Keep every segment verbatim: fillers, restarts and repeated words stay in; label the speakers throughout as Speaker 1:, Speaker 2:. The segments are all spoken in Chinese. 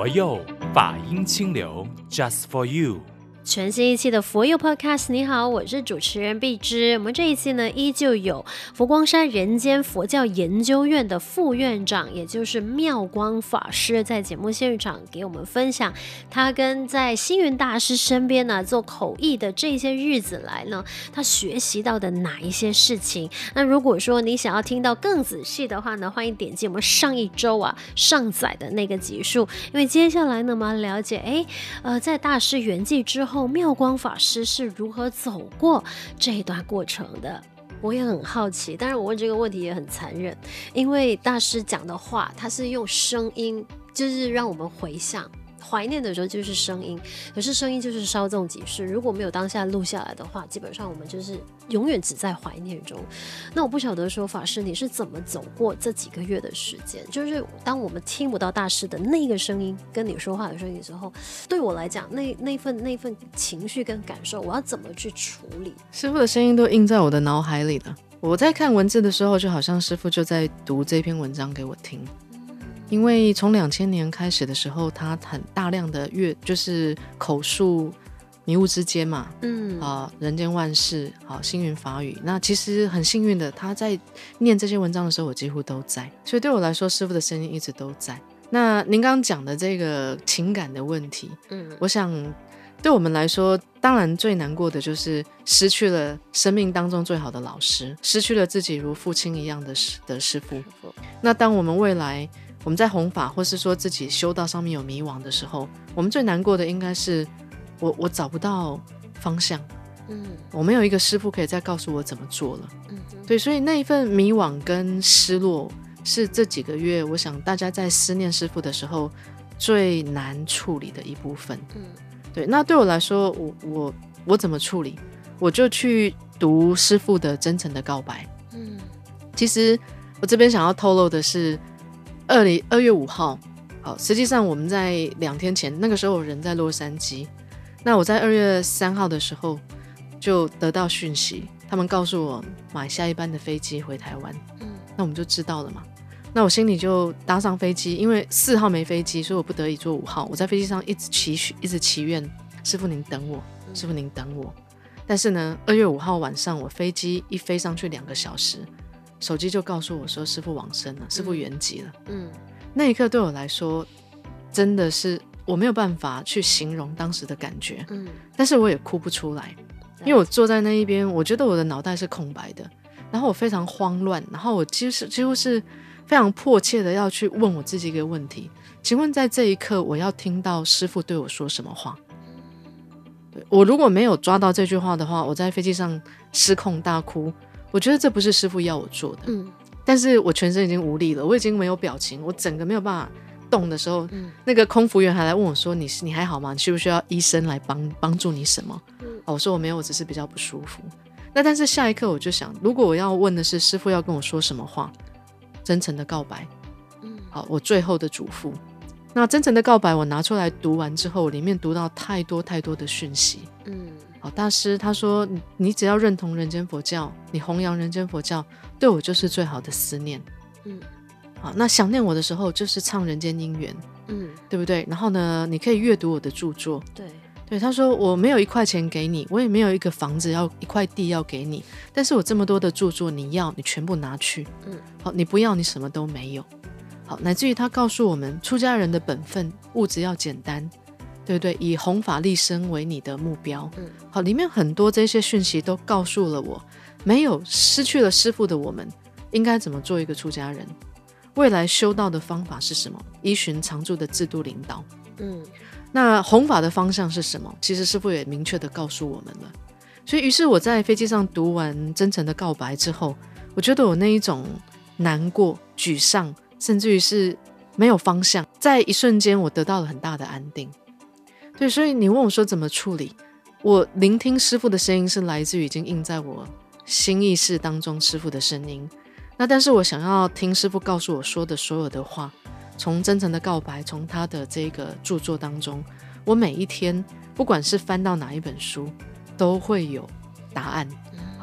Speaker 1: 佛佑法音清流 Just for you。
Speaker 2: 全新一期的佛佑 Podcast， 你好，我是主持人碧芝。我们这一期呢，依旧有佛光山人间佛教研究院的副院长，也就是妙光法师，在节目现场给我们分享他跟在星云大师身边呢做口译的这些日子来呢，他学习到的哪一些事情。那如果说你想要听到更仔细的话呢，欢迎点击我们上一周啊上载的那个集数，因为接下来呢，我们要了解，哎，呃，在大师圆寂之后，妙光法师是如何走过这一段过程的。我也很好奇，当然我问这个问题也很残忍，因为大师讲的话他是用声音，就是让我们回想怀念的时候就是声音，可是声音就是稍纵即逝，如果没有当下录下来的话，基本上我们就是永远只在怀念中。那我不晓得说法师你是怎么走过这几个月的时间，就是当我们听不到大师的那个声音跟你说话的声音的时候，对我来讲那那份那份情绪跟感受，我要怎么去处理？
Speaker 3: 师父的声音都印在我的脑海里了，我在看文字的时候就好像师父就在读这篇文章给我听。因为从两千年开始的时候，他很大量的阅就是口述迷雾之间嘛，嗯啊，人间万事，好星云法语。那其实很幸运的，他在念这些文章的时候，我几乎都在，所以对我来说，师父的声音一直都在。那您刚刚讲的这个情感的问题，嗯，我想对我们来说，当然最难过的就是失去了生命当中最好的老师，失去了自己如父亲一样的师的师父。那当我们未来我们在弘法或是说自己修道上面有迷惘的时候，我们最难过的应该是我我找不到方向，嗯，我没有一个师父可以再告诉我怎么做了，嗯，对，所以那一份迷惘跟失落是这几个月我想大家在思念师父的时候最难处理的一部分，嗯，对。那对我来说，我我我怎么处理？我就去读师父的真诚的告白，嗯，其实我这边想要透露的是二月五号，好，实际上我们在两天前，那个时候我人在洛杉矶，那我在二月三号的时候就得到讯息，他们告诉我买下一班的飞机回台湾，嗯，那我们就知道了嘛。那我心里就搭上飞机，因为四号没飞机，所以我不得已坐五号。我在飞机上一直祈许，一直祈愿，师父您等我，师父您等我。但是呢，二月五号晚上，我飞机一飞上去两个小时。手机就告诉我说师父往生了，师父圆寂了，嗯，那一刻对我来说真的是我没有办法去形容当时的感觉，嗯，但是我也哭不出来，因为我坐在那一边，我觉得我的脑袋是空白的，然后我非常慌乱，然后我几乎是几乎是非常迫切的要去问我自己一个问题，请问在这一刻我要听到师父对我说什么话？对，我如果没有抓到这句话的话，我在飞机上失控大哭，我觉得这不是师父要我做的，嗯，但是我全身已经无力了，我已经没有表情，我整个没有办法动的时候，嗯，那个空服员还来问我说你你还好吗？你需不需要医生来帮帮助你什么？嗯，我说我没有，我只是比较不舒服。那但是下一刻我就想，如果我要问的是师父要跟我说什么话，真诚的告白，嗯，好，我最后的嘱咐。那真诚的告白我拿出来读完之后，里面读到太多太多的讯息，嗯，好，大师他说你只要认同人间佛教，你弘扬人间佛教，对我就是最好的思念，嗯，好，那想念我的时候就是唱人间姻缘，嗯，对不对？然后呢，你可以阅读我的著作，
Speaker 2: 对
Speaker 3: 对，他说我没有一块钱给你，我也没有一个房子要一块地要给你，但是我这么多的著作你要你全部拿去，嗯，好，你不要你什么都没有，好，乃至于他告诉我们出家人的本分物质要简单，对不对？以弘法利生为你的目标，嗯，好，里面很多这些讯息都告诉了我，没有失去了师父的我们应该怎么做一个出家人，未来修道的方法是什么，依循常住的制度领导，嗯，那弘法的方向是什么，其实师父也明确的告诉我们了。所以于是我在飞机上读完真诚的告白之后，我觉得我那一种难过沮丧甚至于是没有方向，在一瞬间我得到了很大的安定。对，所以你问我说怎么处理，我聆听师父的声音是来自于已经印在我心意识当中师父的声音，那但是我想要听师父告诉我说的所有的话，从真诚的告白，从他的这个著作当中，我每一天不管是翻到哪一本书都会有答案，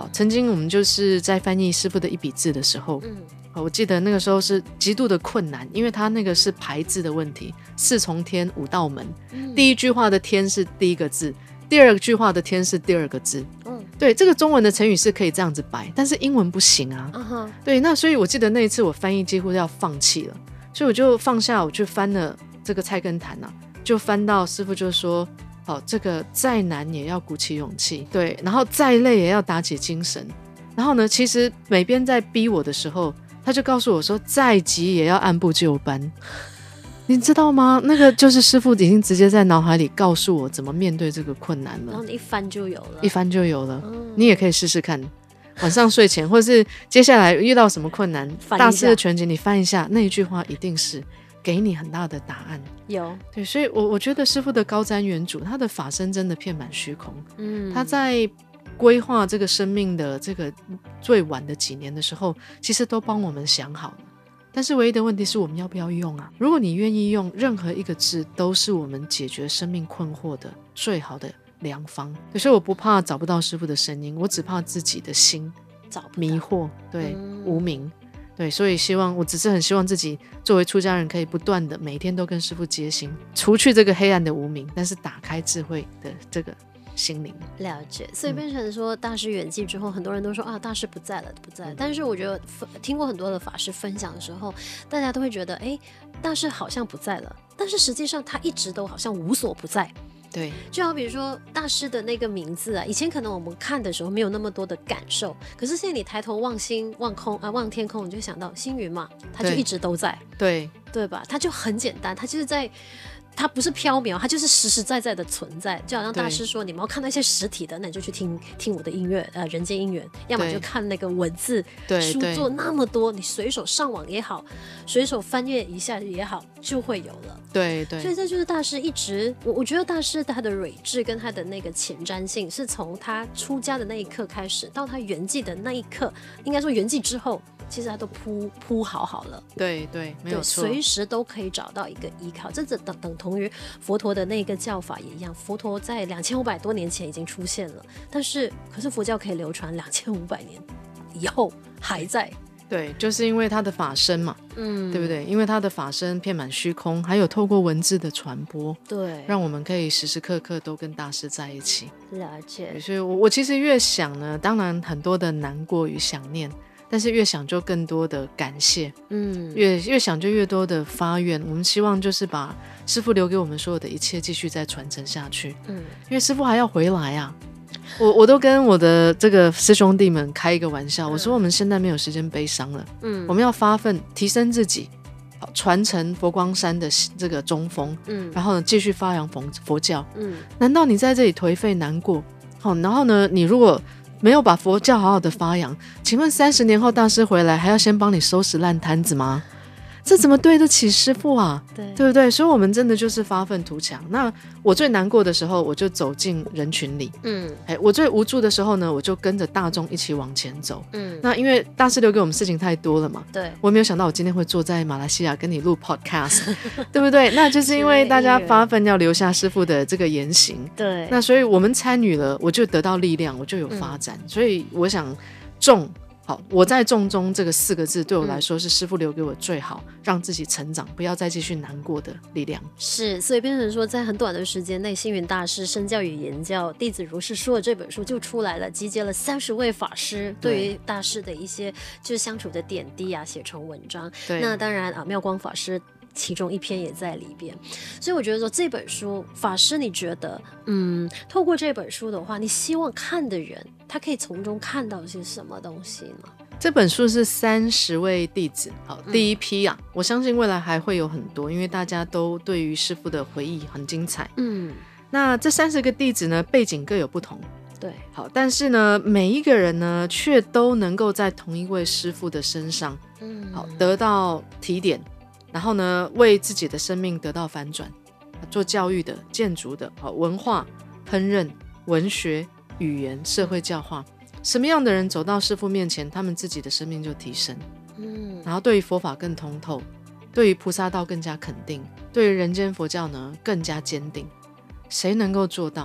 Speaker 3: 好，曾经我们就是在翻译师父的一笔字的时候，嗯，我记得那个时候是极度的困难，因为他那个是排字的问题，四重天五道门，嗯，第一句话的天是第一个字，第二句话的天是第二个字，嗯，对，这个中文的成语是可以这样子摆，但是英文不行啊， uh-huh. 对，那所以我记得那一次我翻译几乎要放弃了，所以我就放下，我去翻了这个菜根谭啊，就翻到师父就说，哦，这个再难也要鼓起勇气，对，然后再累也要打起精神，然后呢，其实每边在逼我的时候，他就告诉我说，再急也要按部就班。你知道吗？那个就是师父已经直接在脑海里告诉我怎么面对这个困难了，
Speaker 2: 然后你一翻就有了，
Speaker 3: 一翻就有了。嗯，你也可以试试看，晚上睡前或是接下来遇到什么困难，大师的全集你翻一下，那一句话一定是给你很大的答案。
Speaker 2: 有，对，
Speaker 3: 所以我我觉得师父的高瞻远瞩，他的法身真的遍满虚空。嗯，他在规划这个生命的这个最晚的几年的时候，其实都帮我们想好了。但是唯一的问题是我们要不要用啊？如果你愿意用，任何一个字都是我们解决生命困惑的最好的良方。所以我不怕找不到师父的声音，我只怕自己的心
Speaker 2: 找不到
Speaker 3: 迷惑，对、嗯、无明。对，所以希望我只是很希望自己作为出家人可以不断的每天都跟师父接心，除去这个黑暗的无明，但是打开智慧的这个心灵。
Speaker 2: 了解，所以变成说大师圆寂之后、嗯、很多人都说啊大师不在了不在了、嗯、但是我觉得听过很多的法师分享的时候，大家都会觉得哎，大师好像不在了，但是实际上他一直都好像无所不在。
Speaker 3: 对，
Speaker 2: 就好比如说大师的那个名字啊，以前可能我们看的时候没有那么多的感受，可是现在你抬头望星望空啊望天空，你就想到星云嘛，他就一直都在，
Speaker 3: 对
Speaker 2: 对吧？他就很简单，他就是在它不是缥缈，它就是实实在在的存在。就好像大师说，你们要看那些实体的，那你就去听听我的音乐，呃，人间姻缘，要么就看那个文字书作那么多，你随手上网也好，随手翻阅一下也好，就会有了。
Speaker 3: 对对，
Speaker 2: 所以这就是大师一直，我我觉得大师他的睿智跟他的那个前瞻性，是从他出家的那一刻开始，到他圆寂的那一刻，应该说圆寂之后。其实他都铺铺好好了，
Speaker 3: 对对，没有错，
Speaker 2: 随时都可以找到一个依靠。这等等同于佛陀的那个教法也一样，佛陀在两千五百多年前已经出现了，但是可是佛教可以流传两千五百年以后还在。
Speaker 3: 对，就是因为他的法身嘛，嗯，对不对？因为他的法身遍满虚空，还有透过文字的传播，
Speaker 2: 对，
Speaker 3: 让我们可以时时刻刻都跟大师在一起。
Speaker 2: 了解。
Speaker 3: 所以我我其实越想呢，当然很多的难过与想念。但是越想就更多的感谢，嗯，越越想就越多的发愿。我们希望就是把师父留给我们所有的一切继续再传承下去，嗯，因为师父还要回来啊。我我都跟我的这个师兄弟们开一个玩笑，我说我们现在没有时间悲伤了，嗯，我们要发奋提升自己，传承佛光山的这个中风，嗯，然后呢继续发扬佛佛教，嗯，难道你在这里颓废难过？好，然后呢，你如果没有把佛教好好的发扬，请问三十年后大师回来还要先帮你收拾烂摊子吗？这怎么对得起师父啊？对，对不对？所以我们真的就是发愤图强。那我最难过的时候，我就走进人群里，嗯，哎，我最无助的时候呢，我就跟着大众一起往前走，嗯。那因为大师留给我们事情太多了嘛，
Speaker 2: 对，
Speaker 3: 我没有想到我今天会坐在马来西亚跟你录 podcast， 对不对？那就是因为大家发奋要留下师父的这个言行，
Speaker 2: 对。
Speaker 3: 那所以我们参与了，我就得到力量，我就有发展。嗯、所以我想众。好，我在众中这个四个字对我来说是师父留给我最好、嗯、让自己成长不要再继续难过的力量。
Speaker 2: 是，所以变成说在很短的时间内，星云大师身教与言教弟子如是说的这本书就出来了，集结了三十位法师对于大师的一些就是相处的点滴啊写成文章。那当然啊，妙光法师其中一篇也在里边，所以我觉得说这本书法师你觉得嗯，透过这本书的话，你希望看的人他可以从中看到些什么东西呢？
Speaker 3: 这本书是三十位弟子，好，第一批啊、嗯、我相信未来还会有很多，因为大家都对于师父的回忆很精彩。嗯，那这三十个弟子呢，背景各有不同，
Speaker 2: 对，
Speaker 3: 好，但是呢每一个人呢却都能够在同一位师父的身上，嗯，好，得到提点，然后呢为自己的生命得到反转，做教育的、建筑的、文化、烹饪、文学、语言、社会教化，什么样的人走到师父面前，他们自己的生命就提升，嗯，然后对于佛法更通透，对于菩萨道更加肯定，对于人间佛教呢更加坚定。谁能够做到？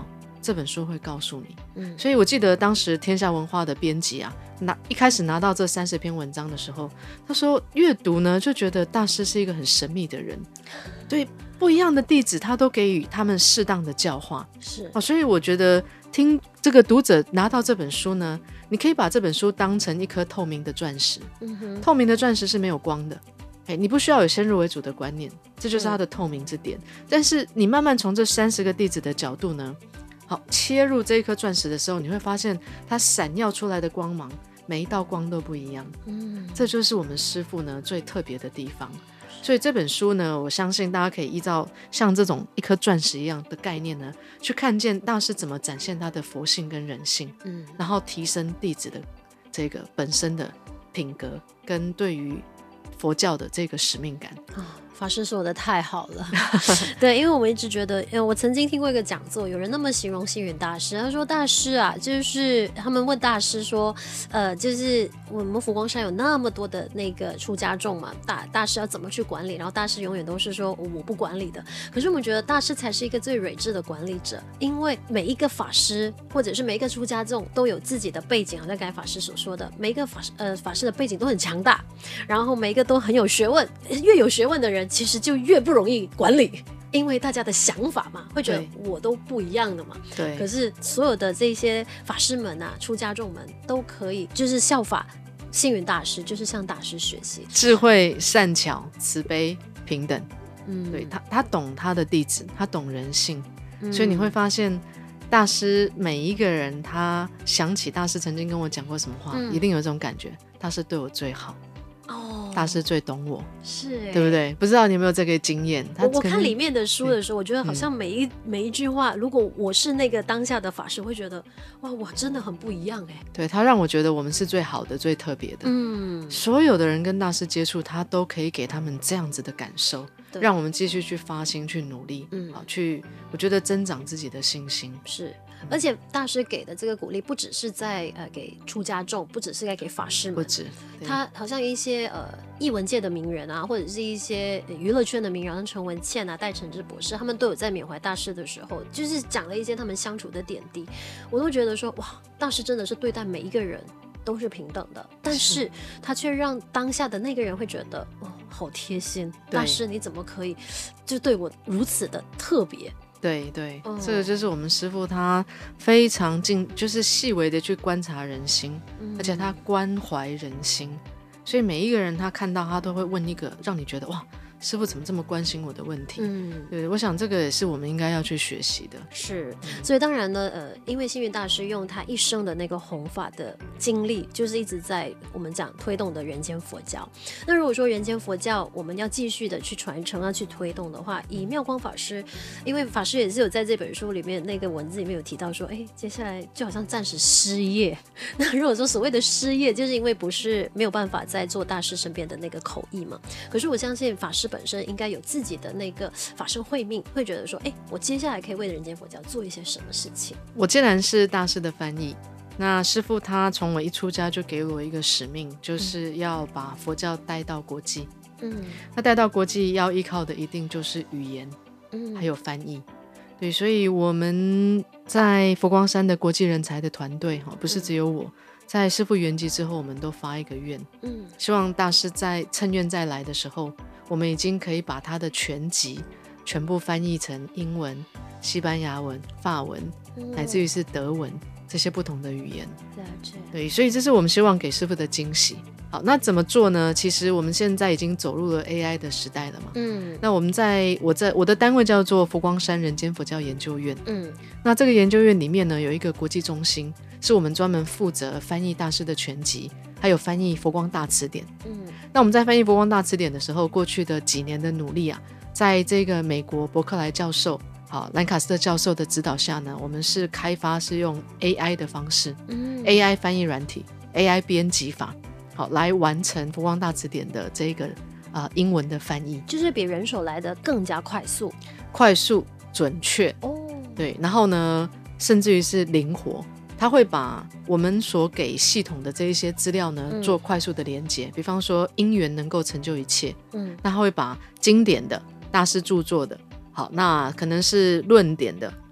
Speaker 3: 这本书会告诉你。
Speaker 2: 嗯，
Speaker 3: 所以我记得当时天下文化的编辑啊，拿一开始拿到这三十篇文章的时候，他说阅读呢就觉得大师是一个很神秘的人，对不一样的弟子他都给予他们适当的教化。
Speaker 2: 是、
Speaker 3: 哦、所以我觉得听这个读者拿到这本书呢，你可以把这本书当成一颗透明的钻石。
Speaker 2: 嗯哼，
Speaker 3: 透明的钻石是没有光的，哎，你不需要有先入为主的观念，这就是它的透明之点。嗯、但是你慢慢从这三十个弟子的角度呢，好切入这一颗钻石的时候，你会发现它闪耀出来的光芒，每一道光都不一样。嗯，这就是我们师父呢最特别的地方。所以这本书呢，我相信大家可以依照像这种一颗钻石一样的概念呢，去看见大师怎么展现他的佛性跟人性，嗯，然后提升弟子的这个本身的品格跟对于佛教的这个使命感。
Speaker 2: 哦，法师说的太好了。对，因为我们一直觉得，因为我曾经听过一个讲座，有人那么形容星云大师，他说大师啊，就是他们问大师说，呃，就是我们佛光山有那么多的那个出家众嘛，大大师要怎么去管理？然后大师永远都是说我不管理的。可是我们觉得大师才是一个最睿智的管理者，因为每一个法师或者是每一个出家众都有自己的背景，好像刚才法师所说的，每一个法师呃法师的背景都很强大，然后每一个都很有学问，越有学问的人其实就越不容易管理，因为大家的想法嘛，会觉得我都不一样的嘛。
Speaker 3: 对。
Speaker 2: 可是所有的这些法师们啊，出家众们都可以，就是效法星云大师，就是向大师学习，
Speaker 3: 智慧、善巧、慈悲、平等。
Speaker 2: 嗯，
Speaker 3: 对他，他懂他的弟子，他懂人性，嗯、所以你会发现。大师每一个人，他想起大师曾经跟我讲过什么话，嗯、一定有这种感觉。大师对我最好，哦，大师最懂我，
Speaker 2: 是，
Speaker 3: 对不对？不知道你有没有这个经验？
Speaker 2: 我我看里面的书的时候，我觉得好像每一、嗯、每一句话，如果我是那个当下的法师，会觉得哇，我真的很不一样哎。
Speaker 3: 对，他让我觉得我们是最好的、最特别的。嗯，所有的人跟大师接触，他都可以给他们这样子的感受。让我们继续去发心去努力，嗯，好去，我觉得增长自己的信心
Speaker 2: 是，而且大师给的这个鼓励不只是在呃给出家众，不只是在给法师们，
Speaker 3: 不止，
Speaker 2: 他好像一些呃艺文界的名人啊，或者是一些娱乐圈的名人，像陈文茜啊、戴承志博士，他们都有在缅怀大师的时候，就是讲了一些他们相处的点滴，我都觉得说哇，大师真的是对待每一个人都是平等的，但是他却让当下的那个人会觉得哦，好贴心，大师你怎么可以就对我如此的特别？
Speaker 3: 对对、嗯，这个就是我们师父他非常近，就是细微的去观察人心、嗯，而且他关怀人心，所以每一个人他看到他都会问一个让你觉得哇，师父怎么这么关心我的问题？嗯，对，我想这个也是我们应该要去学习的。
Speaker 2: 是，所以当然呢，呃，因为星云大师用他一生的那个弘法的经历，就是一直在我们讲推动的人间佛教。那如果说人间佛教我们要继续的去传承、要去推动的话，以妙光法师，因为法师也是有在这本书里面那个文字里面有提到说，哎，接下来就好像暂时失业。那如果说所谓的失业，就是因为不是没有办法在做大师身边的那个口译嘛。可是我相信法师本身应该有自己的那个法身慧命，会觉得说，哎，我接下来可以为人间佛教做一些什么事情。
Speaker 3: 我既然是大师的翻译，那师父他从我一出家就给我一个使命，就是要把佛教带到国际。嗯，那带到国际要依靠的一定就是语言，嗯，还有翻译。对，所以我们在佛光山的国际人才的团队，不是只有我。在师父圆寂之后，我们都发一个愿，嗯，希望大师在趁愿再来的时候，我们已经可以把他的全集全部翻译成英文、西班牙文、法文，嗯、乃至于是德文这些不同的语言。对，所以这是我们希望给师父的惊喜。好，那怎么做呢？其实我们现在已经走入了 A I 的时代了嘛。嗯，那我们在我在我的单位叫做佛光山人间佛教研究院。嗯，那这个研究院里面呢，有一个国际中心，是我们专门负责翻译大师的全集，还有翻译佛光大词典。嗯，那我们在翻译佛光大词典的时候，过去的几年的努力啊，在这个美国伯克莱教授、好兰卡斯特教授的指导下呢，我们是开发是用 A I 的方式，嗯 A I 翻译软体 A I 编辑法，好来完成佛光大词典的这个、呃、英文的翻译，
Speaker 2: 就是比人手来的更加快速
Speaker 3: 快速准确、哦、对，然后呢甚至于是灵活，他会把我们所给系统的这一些资料呢、嗯、做快速的连接，比方说因缘能够成就一切、嗯、那他会把经典的大师著作的，好，那可能是论点的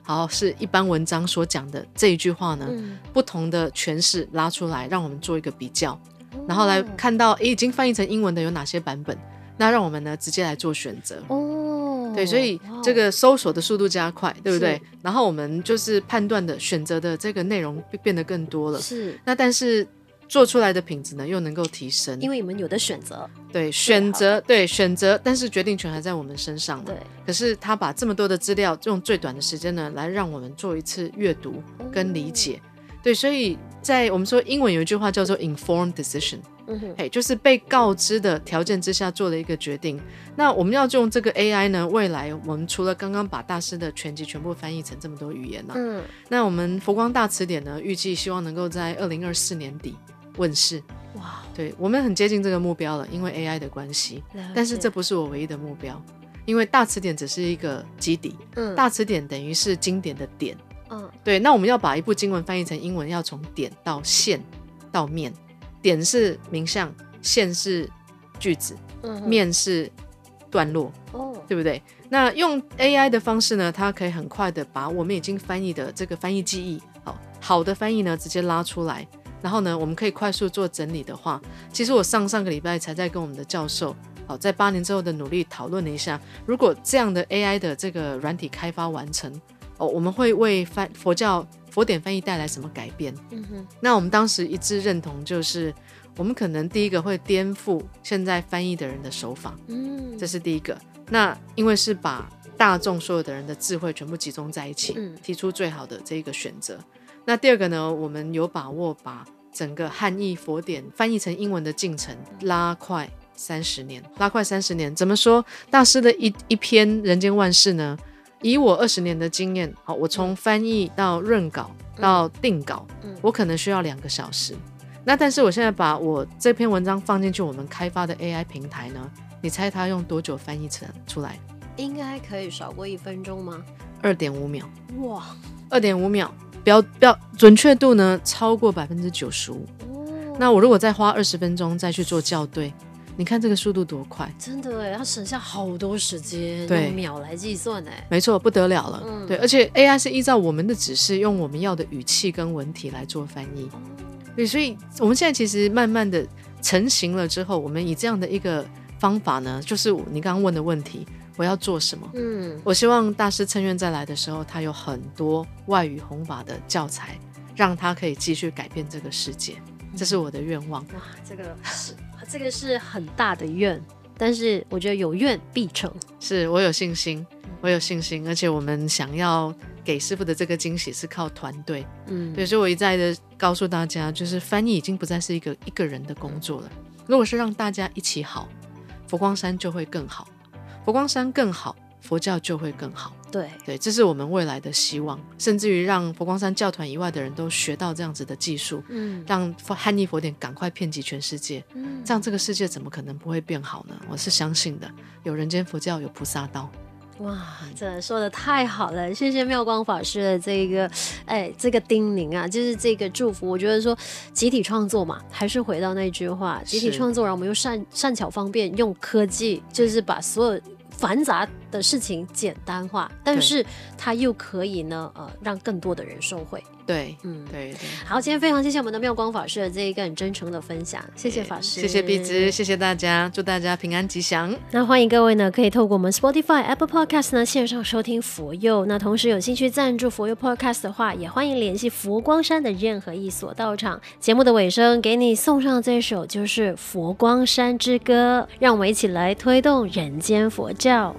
Speaker 3: 好是一般文章所讲的这一句话呢、
Speaker 2: 嗯、
Speaker 3: 不同的诠释拉出来让我们做一个比较、哦、然后来看到已经翻译成英文的有哪些版本，那让我们呢直接来做选择哦。对，所以这个搜索的速度加快，对不对？然后我们就是判断的选择的这个内容变得更多了，
Speaker 2: 是。
Speaker 3: 那但是做出来的品质呢又能够提升，
Speaker 2: 因为你们有的选择。
Speaker 3: 对，选择对选择，但是决定权还在我们身上。
Speaker 2: 对，
Speaker 3: 可是他把这么多的资料用最短的时间呢来让我们做一次阅读跟理解、哦、对，所以在我们说英文有一句话叫做 informed decision、嗯哼，就是被告知的条件之下做了一个决定。那我们要用这个 A I 呢，未来我们除了刚刚把大师的全集全部翻译成这么多语言、啊嗯、那我们佛光大词典呢预计希望能够在二零二四年底问世。哇，对，我们很接近这个目标了，因为 A I 的关系。但是这不是我唯一的目标，因为大词典只是一个基底、嗯、大词典等于是经典的点、嗯、对，那我们要把一部经文翻译成英文，要从点到线到面。点是名相，线是句子、嗯、面是段落、哦、对不对？那用 A I 的方式呢，它可以很快的把我们已经翻译的这个翻译记忆，好好的翻译呢直接拉出来，然后呢我们可以快速做整理的话，其实我上上个礼拜才在跟我们的教授好在八年之后的努力讨论了一下，如果这样的 A I 的这个软体开发完成、哦、我们会为翻佛教佛典翻译带来什么改变、嗯、哼，那我们当时一致认同就是我们可能第一个会颠覆现在翻译的人的手法、嗯、这是第一个。那因为是把大众所有的人的智慧全部集中在一起、嗯、提出最好的这一个选择。那第二个呢，我们有把握把整个汉译佛典翻译成英文的进程拉快三十年，拉快三十年。怎么说？大师的一一篇人间万事呢，以我二十年的经验，好，我从翻译到润稿到定稿、嗯、我可能需要两个小时。那但是我现在把我这篇文章放进去我们开发的 A I 平台呢，你猜它用多久翻译成出来？
Speaker 2: 应该可以少过一分钟吗？
Speaker 3: 二点五秒。
Speaker 2: 哇，
Speaker 3: 二点五秒，标标准确度呢超过 百分之九十五、哦、那我如果再花二十分钟再去做校对，你看这个速度多快。
Speaker 2: 真的耶，它省下好多时间，
Speaker 3: 对，
Speaker 2: 用秒来计算耶。
Speaker 3: 没错，不得了了、嗯、对，而且 A I 是依照我们的指示用我们要的语气跟文体来做翻译、哦、对，所以我们现在其实慢慢的成型了之后，我们以这样的一个方法呢，就是你刚刚问的问题，我要做什么？嗯，我希望大师趁愿再来的时候，他有很多外语弘法的教材，让他可以继续改变这个世界，这是我的愿望。
Speaker 2: 哇，这个是这个是很大的愿，但是我觉得有愿必成。
Speaker 3: 是，我有信心，我有信心，而且我们想要给师父的这个惊喜是靠团队。嗯，对，所以我一再的告诉大家，就是翻译已经不再是一个一个人的工作了。如果是让大家一起好，佛光山就会更好，佛光山更好，佛教就会更好。
Speaker 2: 对
Speaker 3: 对，这是我们未来的希望，甚至于让佛光山教团以外的人都学到这样子的技术，嗯，让汉译佛典赶快遍及全世界，嗯，这样这个世界怎么可能不会变好呢？我是相信的，有人间佛教，有菩萨道。
Speaker 2: 哇，真的说的太好了，谢谢妙光法师的这个哎这个叮咛啊，就是这个祝福。我觉得说集体创作嘛，还是回到那句话，集体创作让我们用善善巧方便，用科技就是把所有繁杂的事情简单化，但是它又可以呢呃让更多的人受惠。
Speaker 3: 对，嗯，对对。
Speaker 2: 好，今天非常谢谢我们的妙光法师的这一个很真诚的分享，谢谢法师，
Speaker 3: 谢谢碧芝，谢谢大家，祝大家平安吉祥。
Speaker 2: 那欢迎各位呢，可以透过我们 Spotify、Apple Podcast 呢线上收听佛佑。那同时有兴趣赞助佛佑 Podcast 的话，也欢迎联系佛光山的任何一所道场。节目的尾声，给你送上这首就是《佛光山之歌》，让我们一起来推动人间佛教。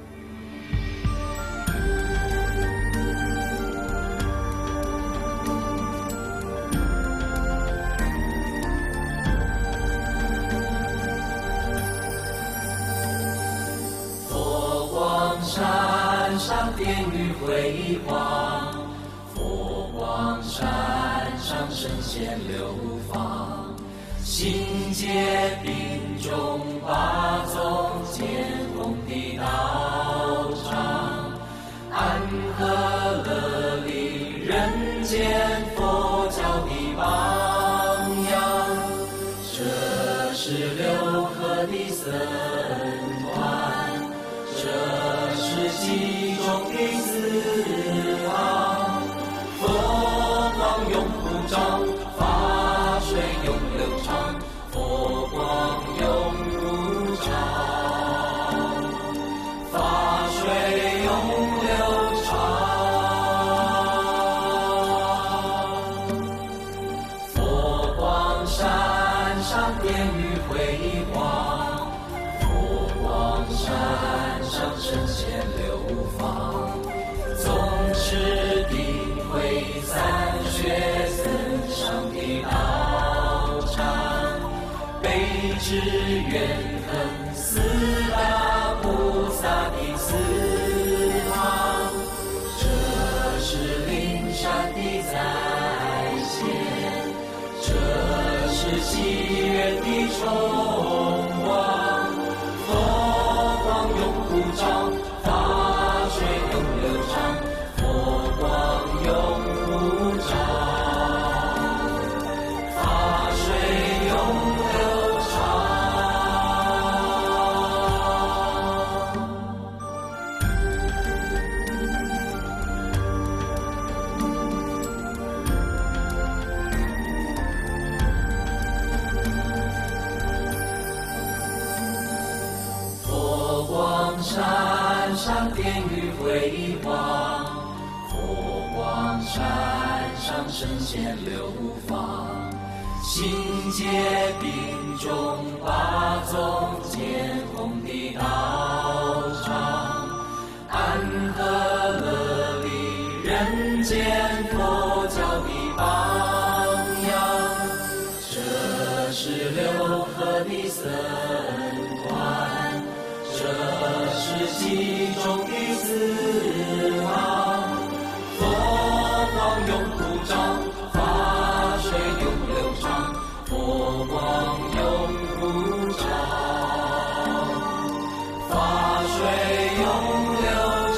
Speaker 4: 山上殿宇辉煌，佛光山上圣贤流芳，行解并众八宗见红的道场，安和乐利人间佛教的榜样，这是六合的僧团，这是其中的四方。 方，总是定会散雪森上的道场，悲智怨恨四大菩萨的祠堂，这是灵山的再现，这是祈愿的重望，佛光永不照，法水永流长，佛光永不照，法水永流长。佛光闪闪，殿宇辉煌，佛光闪闪，圣贤流芳，行解并重，八宗见红的道场，安和乐利，人间佛教的榜样，这是六合的僧团，这是其中的祠堂，佛光永不照，法水永流长，佛光永不照，法水永流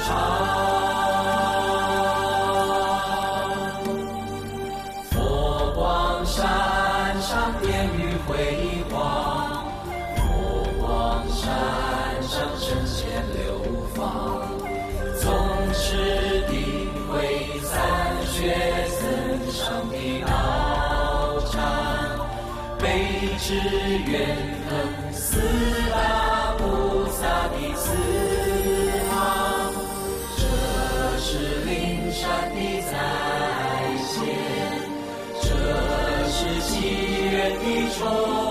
Speaker 4: 长。佛光闪闪，殿宇辉煌，佛光闪闪，圣贤流芳，总是定会散雪森上的道场，悲智怨恨四大菩萨的祠堂，这是灵山的再现，这是祈愿的重